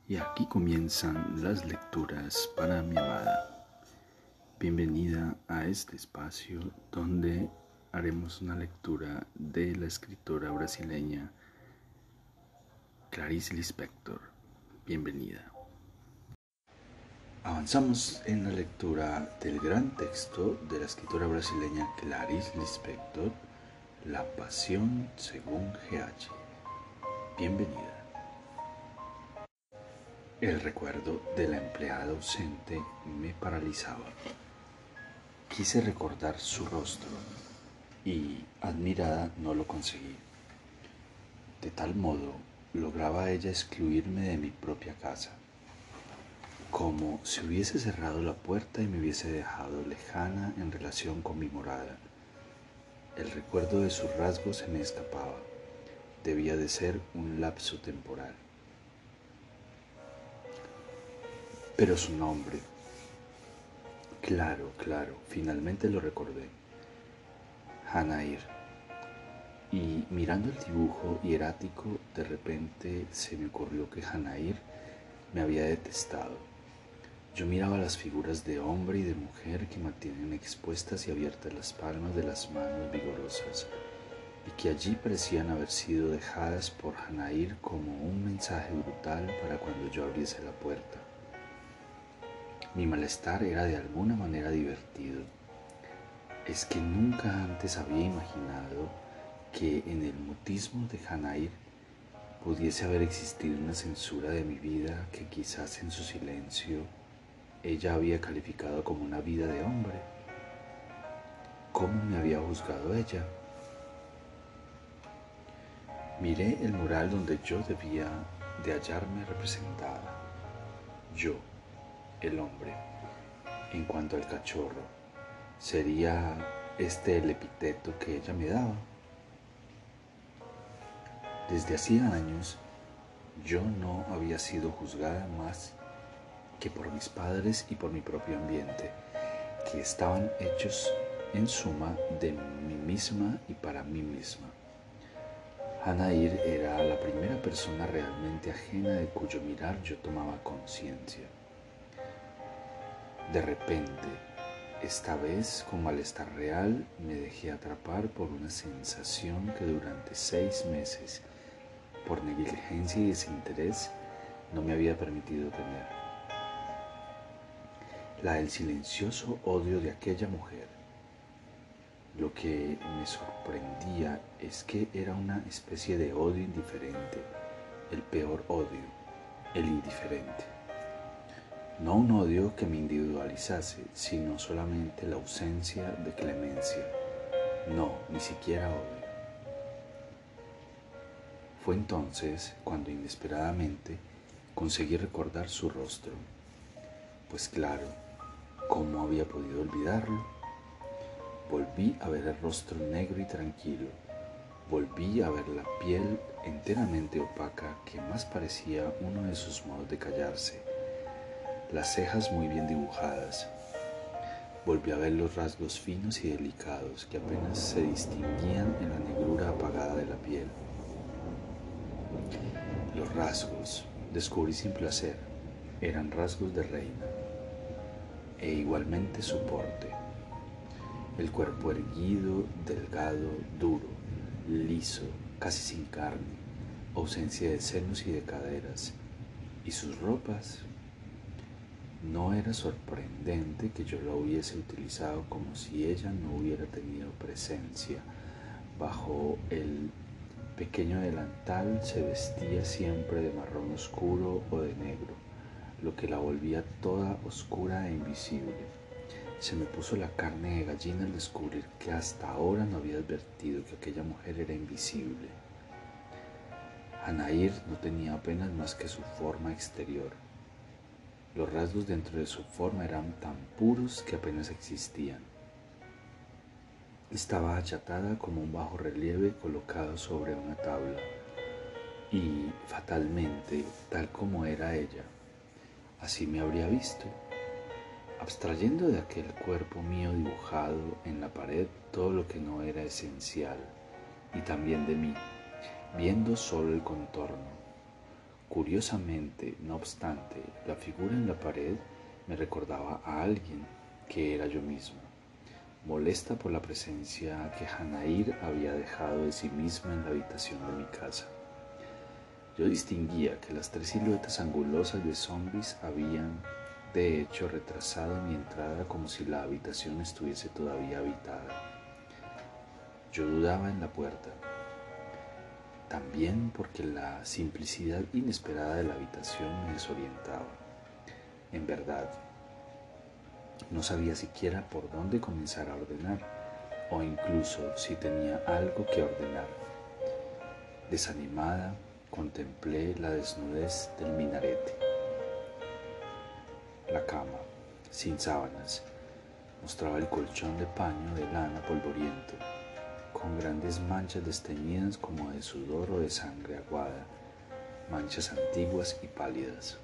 Y aquí comienzan las lecturas para mi amada. Bienvenida a este espacio donde haremos una lectura de la escritora brasileña Clarice Lispector. Bienvenida. Avanzamos en la lectura del gran texto de la escritora brasileña Clarice Lispector, La Pasión según G.H. Bienvenida. El recuerdo de la empleada ausente me paralizaba. Quise recordar su rostro y, admirada, no lo conseguí. De tal modo, lograba ella excluirme de mi propia casa, como si hubiese cerrado la puerta y me hubiese dejado lejana en relación con mi morada. El recuerdo de sus rasgos se me escapaba. Debía de ser un lapso temporal. Pero su nombre, claro, finalmente lo recordé. Hanair. Y mirando el dibujo hierático, de repente se me ocurrió que Hanair me había detestado. Yo miraba las figuras de hombre y de mujer que mantienen expuestas y abiertas las palmas de las manos vigorosas y que allí parecían haber sido dejadas por Hanair como un mensaje brutal para cuando yo abriese la puerta. Mi malestar era de alguna manera divertido. Es que nunca antes había imaginado que en el mutismo de Hanair pudiese haber existido una censura de mi vida que quizás en su silencio ella había calificado como una vida de hombre. ¿Cómo me había juzgado ella? Miré el mural donde yo debía de hallarme representada. Yo, el hombre. En cuanto al cachorro, ¿sería este el epíteto que ella me daba? Desde hacía años yo no había sido juzgada más que por mis padres y por mi propio ambiente, que estaban hechos en suma de mí misma y para mí misma. Hanair era la primera persona realmente ajena de cuyo mirar yo tomaba conciencia. De repente, esta vez con malestar real, me dejé atrapar por una sensación que durante 6 meses, por negligencia y desinterés, no me había permitido tener. La del silencioso odio de aquella mujer. Lo que me sorprendía es que era una especie de odio indiferente, el peor odio, el indiferente. No un odio que me individualizase, sino solamente la ausencia de clemencia. No, ni siquiera odio. Fue entonces cuando inesperadamente conseguí recordar su rostro. Pues claro, ¿cómo había podido olvidarlo? Volví a ver el rostro negro y tranquilo. Volví a ver la piel enteramente opaca que más parecía uno de sus modos de callarse. Las cejas muy bien dibujadas. Volví a ver los rasgos finos y delicados que apenas se distinguían en la negrura apagada de la piel. Los rasgos, descubrí sin placer, eran rasgos de reina, e igualmente su porte. El cuerpo erguido, delgado, duro, liso, casi sin carne, ausencia de senos y de caderas, y sus ropas. No era sorprendente que yo la hubiese utilizado como si ella no hubiera tenido presencia. Bajo el pequeño delantal se vestía siempre de marrón oscuro o de negro, lo que la volvía toda oscura e invisible. Se me puso la carne de gallina al descubrir que hasta ahora no había advertido que aquella mujer era invisible. Hanair no tenía apenas más que su forma exterior. Los rasgos dentro de su forma eran tan puros que apenas existían. Estaba achatada como un bajo relieve colocado sobre una tabla y, fatalmente, tal como era ella, así me habría visto, abstrayendo de aquel cuerpo mío dibujado en la pared todo lo que no era esencial, y también de mí, viendo solo el contorno. Curiosamente, no obstante, la figura en la pared me recordaba a alguien que era yo mismo, molesta por la presencia que Hanair había dejado de sí misma en la habitación de mi casa. Yo distinguía que las 3 siluetas angulosas de zombies habían, de hecho, retrasado mi entrada como si la habitación estuviese todavía habitada. Yo dudaba en la puerta, también porque la simplicidad inesperada de la habitación me desorientaba. En verdad, no sabía siquiera por dónde comenzar a ordenar, o incluso si tenía algo que ordenar. Desanimada, contemplé la desnudez del minarete. La cama, sin sábanas, mostraba el colchón de paño de lana polvoriento, con grandes manchas desteñidas como de sudor o de sangre aguada, manchas antiguas y pálidas.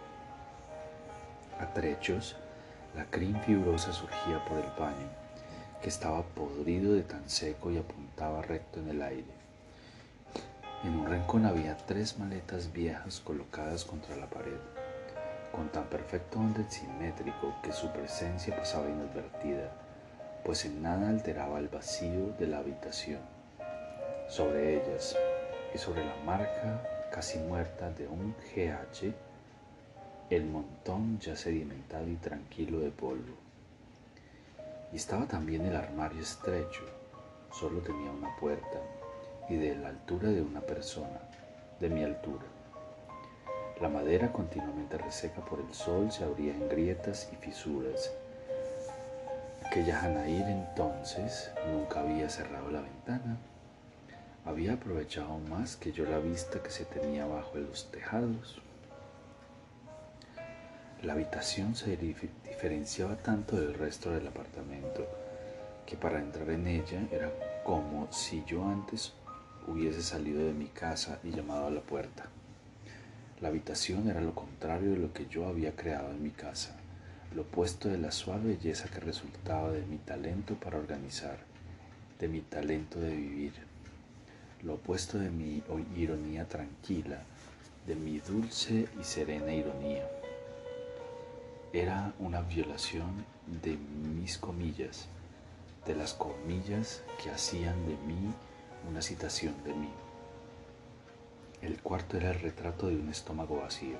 A trechos, la crin fibrosa surgía por el paño, que estaba podrido de tan seco y apuntaba recto en el aire. En un rincón había 3 maletas viejas colocadas contra la pared, con tan perfecto orden simétrico que su presencia pasaba inadvertida, pues en nada alteraba el vacío de la habitación. Sobre ellas y sobre la marca casi muerta de un GH, el montón ya sedimentado y tranquilo de polvo. Y estaba también el armario estrecho, solo tenía una puerta y de la altura de una persona, de mi altura. La madera, continuamente reseca por el sol, se abría en grietas y fisuras. Aquella Hanair entonces nunca había cerrado la ventana. Había aprovechado más que yo la vista que se tenía bajo los tejados. La habitación se diferenciaba tanto del resto del apartamento que para entrar en ella era como si yo antes hubiese salido de mi casa y llamado a la puerta. La habitación era lo contrario de lo que yo había creado en mi casa, lo opuesto de la suave belleza que resultaba de mi talento para organizar, de mi talento de vivir, lo opuesto de mi ironía tranquila, de mi dulce y serena ironía. Era una violación de mis comillas, de las comillas que hacían de mí una citación de mí. El cuarto era el retrato de un estómago vacío,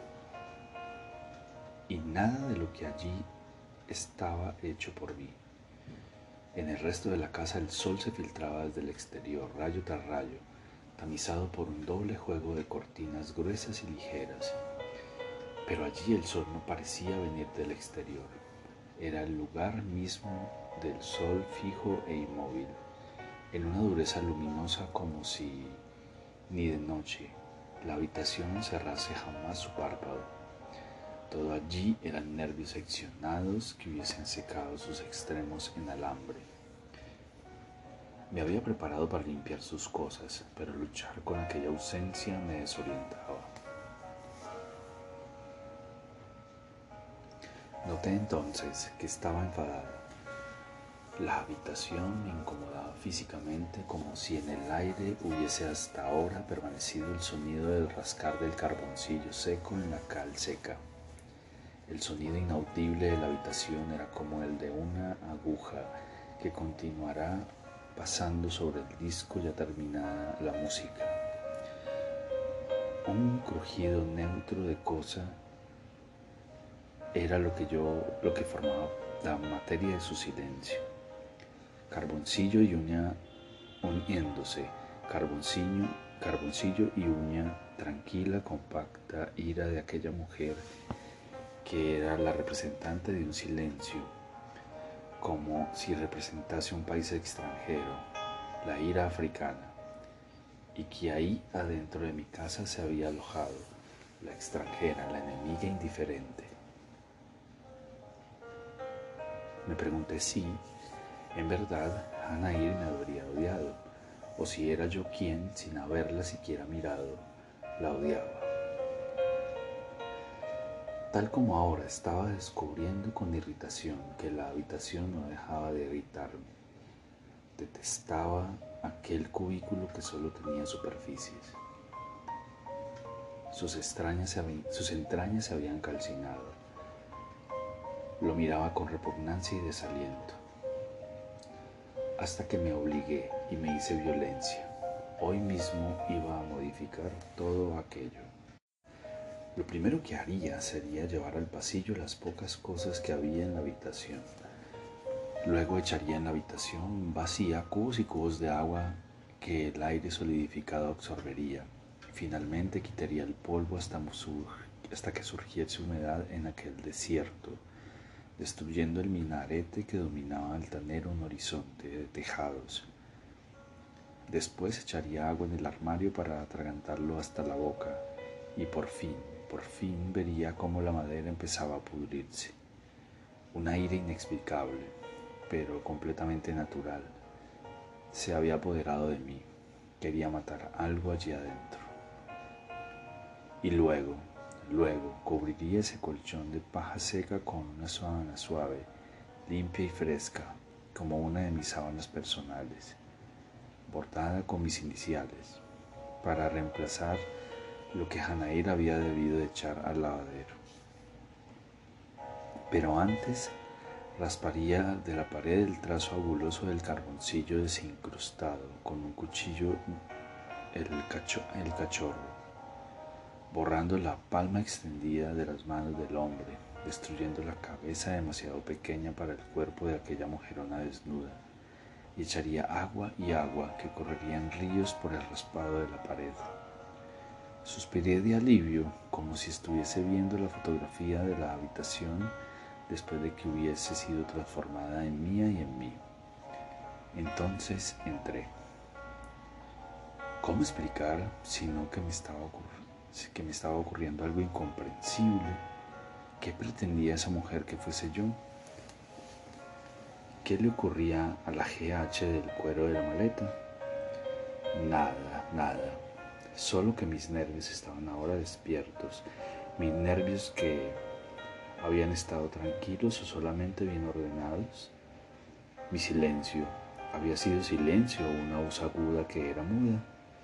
y nada de lo que allí estaba hecho por mí. En el resto de la casa el sol se filtraba desde el exterior, rayo tras rayo, tamizado por un doble juego de cortinas gruesas y ligeras. Pero allí el sol no parecía venir del exterior. Era el lugar mismo del sol fijo e inmóvil, en una dureza luminosa como si, ni de noche, la habitación cerrase jamás su párpado. Todo allí eran nervios seccionados que hubiesen secado sus extremos en alambre. Me había preparado para limpiar sus cosas, pero luchar con aquella ausencia me desorientaba. Noté entonces que estaba enfadada. La habitación me incomodaba físicamente como si en el aire hubiese hasta ahora permanecido el sonido del rascar del carboncillo seco en la cal seca. El sonido inaudible de la habitación era como el de una aguja que continuará pasando sobre el disco ya terminada la música. Un crujido neutro de cosa era lo que formaba la materia de su silencio. Carboncillo y uña uniéndose, carboncillo y uña, tranquila, compacta ira de aquella mujer que era la representante de un silencio, como si representase un país extranjero, la ira africana, y que ahí adentro de mi casa se había alojado, la extranjera, la enemiga indiferente. Me pregunté si, en verdad, Hanair me habría odiado, o si era yo quien, sin haberla siquiera mirado, la odiaba. Tal como ahora estaba descubriendo con irritación que la habitación no dejaba de irritarme. Detestaba aquel cubículo que solo tenía superficies. sus entrañas se habían calcinado. Lo miraba con repugnancia y desaliento, hasta que me obligué y me hice violencia. Hoy mismo iba a modificar todo aquello. Lo primero que haría sería llevar al pasillo las pocas cosas que había en la habitación. Luego echaría en la habitación vacía cubos y cubos de agua que el aire solidificado absorbería. Finalmente quitaría el polvo hasta que surgiese humedad en aquel desierto, destruyendo el minarete que dominaba altanero un horizonte de tejados. Después echaría agua en el armario para atragantarlo hasta la boca y por fin vería cómo la madera empezaba a pudrirse. Un aire inexplicable, pero completamente natural, se había apoderado de mí. Quería matar algo allí adentro. Y luego cubriría ese colchón de paja seca con una sábana suave, limpia y fresca, como una de mis sábanas personales, bordada con mis iniciales, para reemplazar lo que Hanair había debido de echar al lavadero. Pero antes rasparía de la pared el trazo aguloso del carboncillo desincrustado con un cuchillo el cachorro, borrando la palma extendida de las manos del hombre, destruyendo la cabeza demasiado pequeña para el cuerpo de aquella mujerona desnuda, y echaría agua que correrían ríos por el raspado de la pared. Suspiré de alivio, como si estuviese viendo la fotografía de la habitación después de que hubiese sido transformada en mía y en mí. Entonces entré. ¿Cómo explicar sino que me estaba ocurriendo algo incomprensible? ¿Qué pretendía esa mujer que fuese yo? ¿Qué le ocurría a la GH del cuero de la maleta? Nada. Solo que mis nervios estaban ahora despiertos. Mis nervios que habían estado tranquilos o solamente bien ordenados. Mi silencio había sido silencio o una voz aguda que era muda.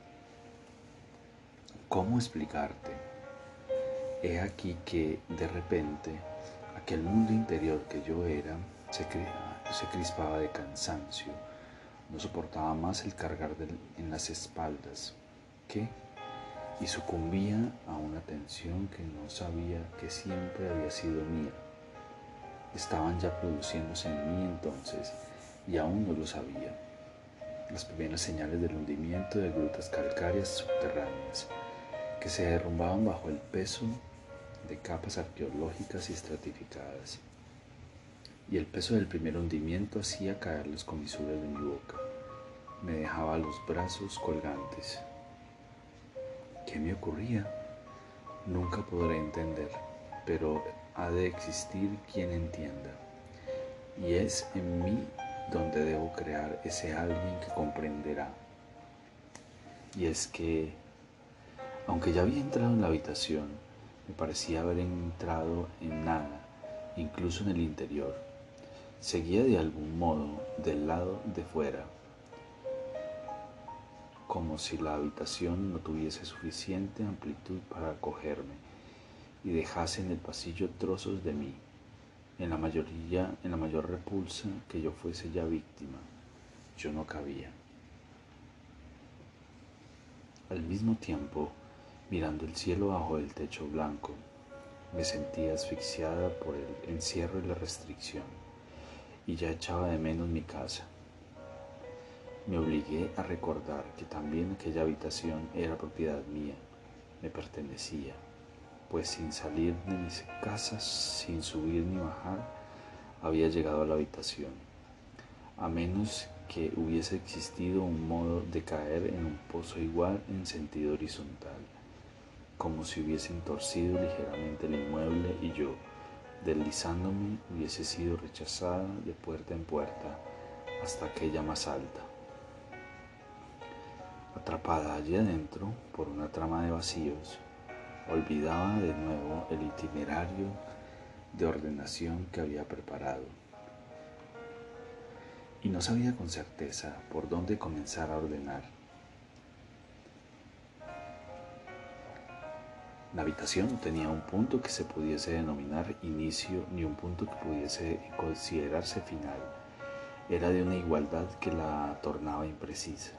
¿Cómo explicarte? He aquí que de repente aquel mundo interior que yo era se crispaba de cansancio. No soportaba más el cargar en las espaldas. ¿Qué? Y sucumbía a una tensión que no sabía que siempre había sido mía. Estaban ya produciéndose en mí entonces y aún no lo sabía. Las primeras señales del hundimiento de grutas calcáreas subterráneas que se derrumbaban bajo el peso de capas arqueológicas y estratificadas. Y el peso del primer hundimiento hacía caer las comisuras de mi boca. Me dejaba los brazos colgantes. ¿Qué me ocurría? Nunca podré entender, pero ha de existir quien entienda. Y es en mí donde debo crear ese alguien que comprenderá. Y es que, aunque ya había entrado en la habitación, me parecía haber entrado en nada, incluso en el interior. Seguía de algún modo del lado de fuera, como si la habitación no tuviese suficiente amplitud para acogerme y dejase en el pasillo trozos de mí, en la mayor repulsa que yo fuese ya víctima. Yo no cabía. Al mismo tiempo, mirando el cielo bajo el techo blanco, me sentía asfixiada por el encierro y la restricción, y ya echaba de menos mi casa. Me obligué a recordar que también aquella habitación era propiedad mía, me pertenecía, pues sin salir de mis casas, sin subir ni bajar, había llegado a la habitación, a menos que hubiese existido un modo de caer en un pozo igual en sentido horizontal, como si hubiesen torcido ligeramente el inmueble y yo, deslizándome, hubiese sido rechazada de puerta en puerta hasta aquella más alta. Atrapada allí adentro por una trama de vacíos, olvidaba de nuevo el itinerario de ordenación que había preparado y no sabía con certeza por dónde comenzar a ordenar. La habitación no tenía un punto que se pudiese denominar inicio ni un punto que pudiese considerarse final. Era de una igualdad que la tornaba imprecisa.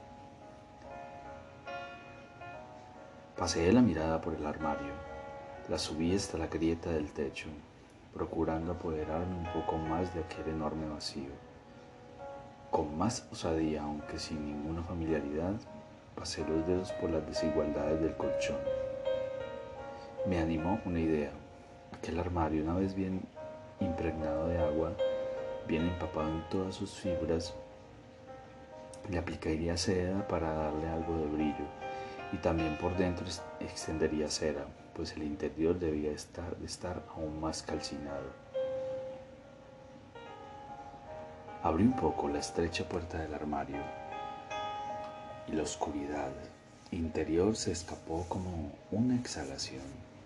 Paseé la mirada por el armario, la subí hasta la grieta del techo, procurando apoderarme un poco más de aquel enorme vacío. Con más osadía, aunque sin ninguna familiaridad, pasé los dedos por las desigualdades del colchón. Me animó una idea. Aquel armario, una vez bien impregnado de agua, bien empapado en todas sus fibras, le aplicaría seda para darle algo de brillo, y también por dentro extendería cera, pues el interior debía estar aún más calcinado. Abrí un poco la estrecha puerta del armario y la oscuridad interior se escapó como una exhalación.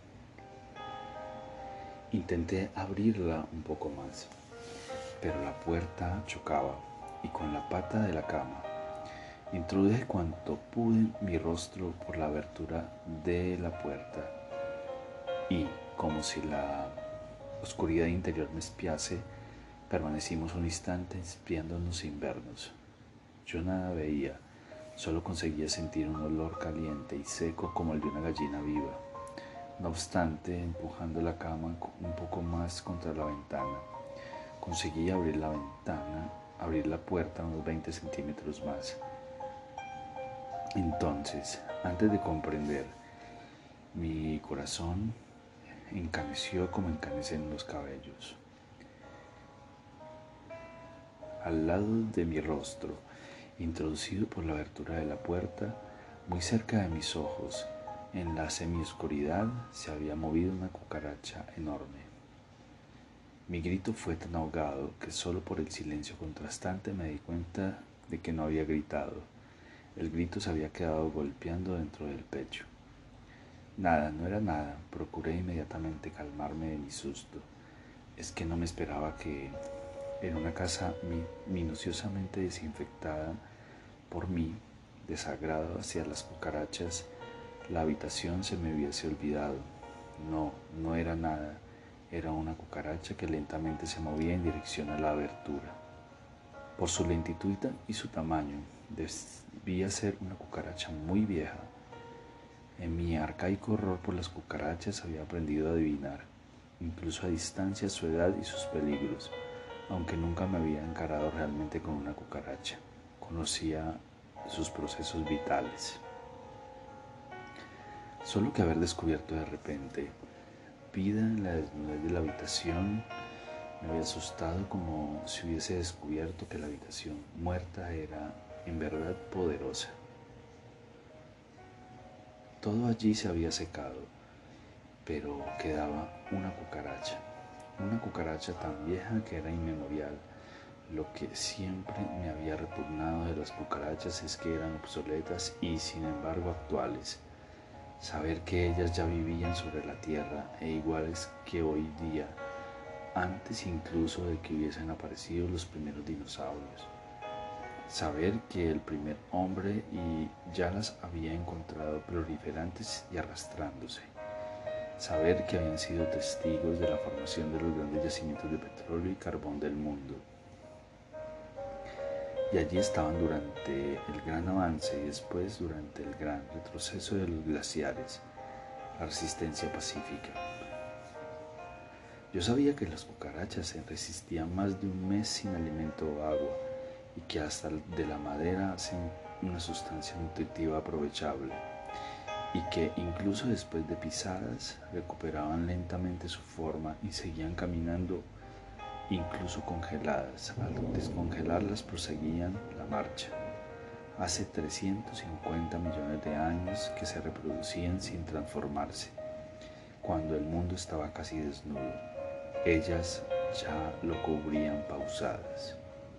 Intenté abrirla un poco más, pero la puerta chocaba y con la pata de la cama introduje cuanto pude mi rostro por la abertura de la puerta y, como si la oscuridad interior me espiase, permanecimos un instante espiándonos sin vernos. Yo nada veía, solo conseguía sentir un olor caliente y seco como el de una gallina viva. No obstante, empujando la cama un poco más contra la ventana, conseguí abrir la puerta unos 20 centímetros más. Entonces, antes de comprender, mi corazón encaneció como encanecen los cabellos. Al lado de mi rostro, introducido por la abertura de la puerta, muy cerca de mis ojos, en la semioscuridad, se había movido una cucaracha enorme. Mi grito fue tan ahogado que solo por el silencio contrastante me di cuenta de que no había gritado. El grito se había quedado golpeando dentro del pecho. Nada, no era nada. Procuré inmediatamente calmarme de mi susto. Es que no me esperaba que en una casa minuciosamente desinfectada por mí, desagrado hacia las cucarachas, la habitación se me hubiese olvidado. No, no era nada. Era una cucaracha que lentamente se movía en dirección a la abertura. Por su lentitud y su tamaño, debía ser una cucaracha muy vieja. En mi arcaico horror por las cucarachas había aprendido a adivinar, incluso a distancia, su edad y sus peligros, aunque nunca me había encarado realmente con una cucaracha. Conocía sus procesos vitales. Solo que haber descubierto de repente vida en la desnudez de la habitación me había asustado, como si hubiese descubierto que la habitación muerta era en verdad poderosa. Todo allí se había secado, pero quedaba una cucaracha tan vieja que era inmemorial. Lo que siempre me había repugnado de las cucarachas es que eran obsoletas y sin embargo actuales. Saber que ellas ya vivían sobre la tierra e iguales que hoy día, antes incluso de que hubiesen aparecido los primeros dinosaurios. Saber que el primer hombre ya las había encontrado proliferantes y arrastrándose. Saber que habían sido testigos de la formación de los grandes yacimientos de petróleo y carbón del mundo. Y allí estaban durante el gran avance y después durante el gran retroceso de los glaciares, la resistencia pacífica. Yo sabía que las cucarachas se resistían más de un mes sin alimento o agua y que hasta de la madera hacen una sustancia nutritiva aprovechable y que incluso después de pisadas recuperaban lentamente su forma y seguían caminando incluso congeladas. Al descongelarlas proseguían la marcha. Hace 350 millones de años que se reproducían sin transformarse, cuando el mundo estaba casi desnudo. Ellas ya lo cubrían pausadas.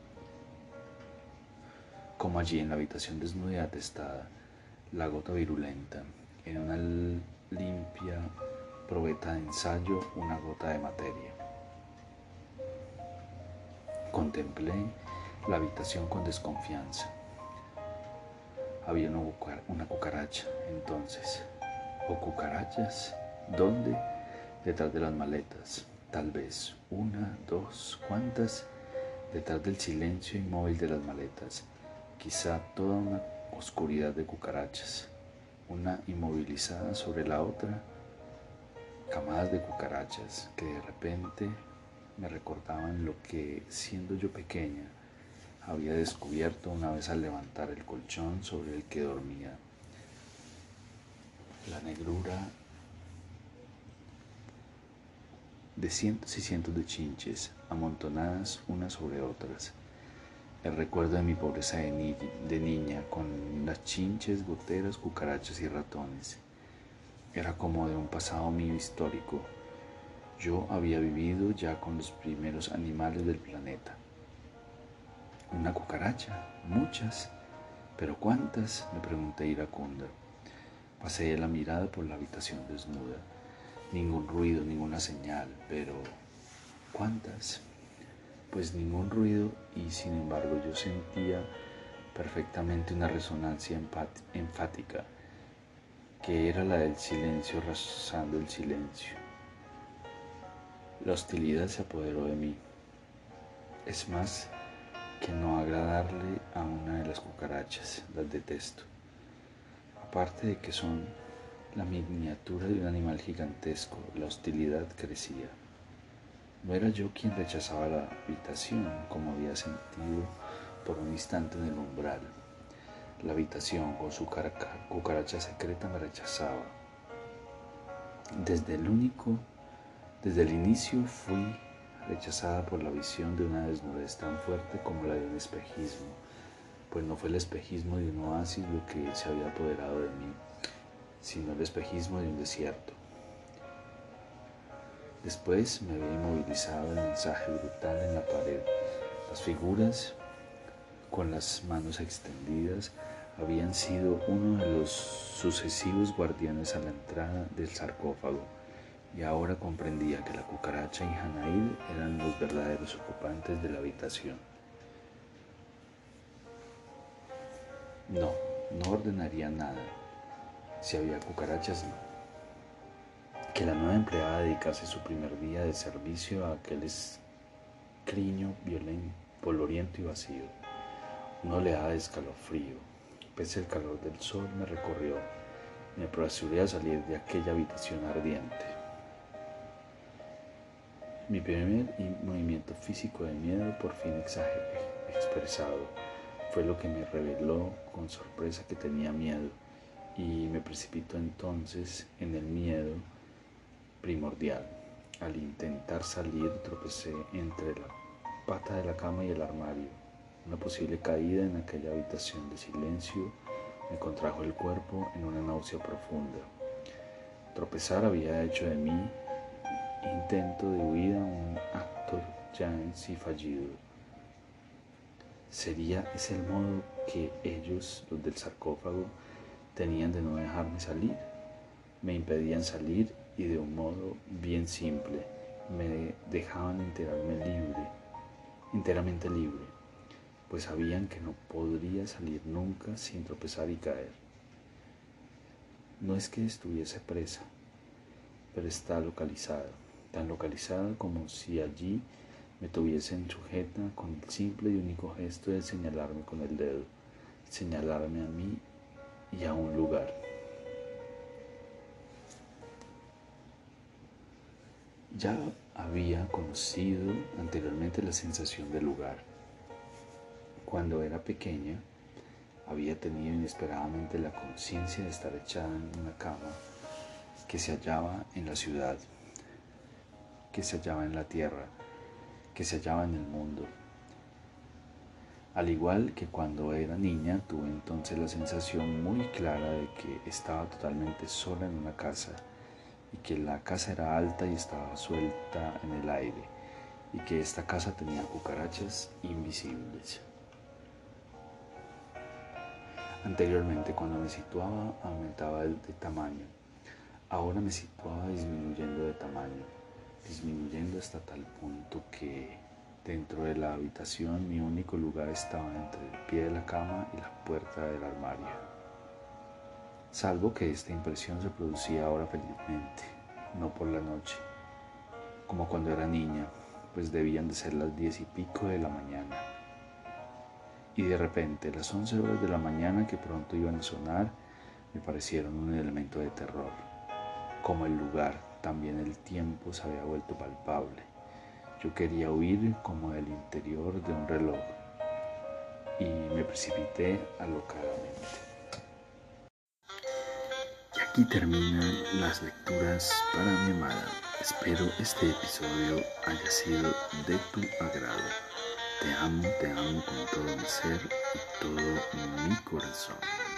Como allí en la habitación desnuda y atestada, la gota virulenta, en una limpia probeta de ensayo, una gota de materia. Contemplé la habitación con desconfianza. Había una cucaracha, entonces, o cucarachas, ¿Dónde? Detrás de las maletas. Tal vez una, dos, ¿cuántas? Detrás del silencio inmóvil de las maletas. Quizá toda una oscuridad de cucarachas. Una inmovilizada sobre la otra. Camadas de cucarachas que de repente me recordaban lo que, siendo yo pequeña, había descubierto una vez al levantar el colchón sobre el que dormía. La negrura de cientos y cientos de chinches, amontonadas unas sobre otras. El recuerdo de mi pobreza de niña, con las chinches, goteras, cucarachas y ratones. Era como de un pasado mío histórico. Yo había vivido ya con los primeros animales del planeta. Una cucaracha, muchas, pero ¿cuántas?, me pregunté iracunda. Pasé la mirada por la habitación desnuda. Ningún ruido, ninguna señal, pero ¿cuántas? Pues ningún ruido y sin embargo yo sentía perfectamente una resonancia enfática, que era la del silencio rasando el silencio. La hostilidad se apoderó de mí. Es más que no agradarle a una de las cucarachas, las detesto. Aparte de que son la miniatura de un animal gigantesco, la hostilidad crecía. No era yo quien rechazaba la habitación, como había sentido por un instante en el umbral. La habitación, con su cucaracha secreta, me rechazaba. Desde el inicio fui rechazada por la visión de una desnudez tan fuerte como la de un espejismo, pues no fue el espejismo de un oasis lo que se había apoderado de mí, sino el espejismo de un desierto. Después me había inmovilizado el mensaje brutal en la pared. Las figuras, con las manos extendidas, habían sido uno de los sucesivos guardianes a la entrada del sarcófago, y ahora comprendía que la cucaracha y Hanaid eran los verdaderos ocupantes de la habitación. No ordenaría nada. Si había cucarachas, no. Que la nueva empleada dedicase su primer día de servicio a aquel escriño polvoriento y vacío. Una oleada de escalofrío, pese al calor del sol, me recorrió. Me apresuré a salir de aquella habitación ardiente. Mi primer movimiento físico de miedo, por fin expresado, fue lo que me reveló con sorpresa que tenía miedo, y me precipitó entonces en el miedo primordial. Al intentar salir, tropecé entre la pata de la cama y el armario. Una posible caída en aquella habitación de silencio me contrajo el cuerpo en una náusea profunda. Tropezar había hecho de mí intento de huida un acto ya en sí fallido. ¿Sería ese el modo que ellos, los del sarcófago, tenían de no dejarme salir? Me impedían salir y de un modo bien simple me dejaban enteramente libre, pues sabían que no podría salir nunca sin tropezar y caer. No es que estuviese presa, pero está localizada, tan localizada como si allí me tuviesen sujeta con el simple y único gesto de señalarme con el dedo, señalarme a mí y a un lugar. Ya había conocido anteriormente la sensación del lugar. Cuando era pequeña, había tenido inesperadamente la conciencia de estar echada en una cama que se hallaba en la ciudad, que se hallaba en la tierra, que se hallaba en el mundo. Al igual que cuando era niña, tuve entonces la sensación muy clara de que estaba totalmente sola en una casa, y que la casa era alta y estaba suelta en el aire, y que esta casa tenía cucarachas invisibles. Anteriormente, cuando me situaba, aumentaba de tamaño. Ahora me situaba disminuyendo de tamaño, disminuyendo hasta tal punto que dentro de la habitación mi único lugar estaba entre el pie de la cama y la puerta del armario. Salvo que esta impresión se producía ahora felizmente. no por la noche, como cuando era niña, pues debían de ser las 10:00 de la mañana. Y de repente las 11 horas de la mañana que pronto iban a sonar me parecieron un elemento de terror. Como el lugar, también el tiempo se había vuelto palpable. Yo quería huir como del interior de un reloj y me precipité alocadamente. Y aquí terminan las lecturas para mi amada. Espero este episodio haya sido de tu agrado. Te amo con todo mi ser y todo mi corazón.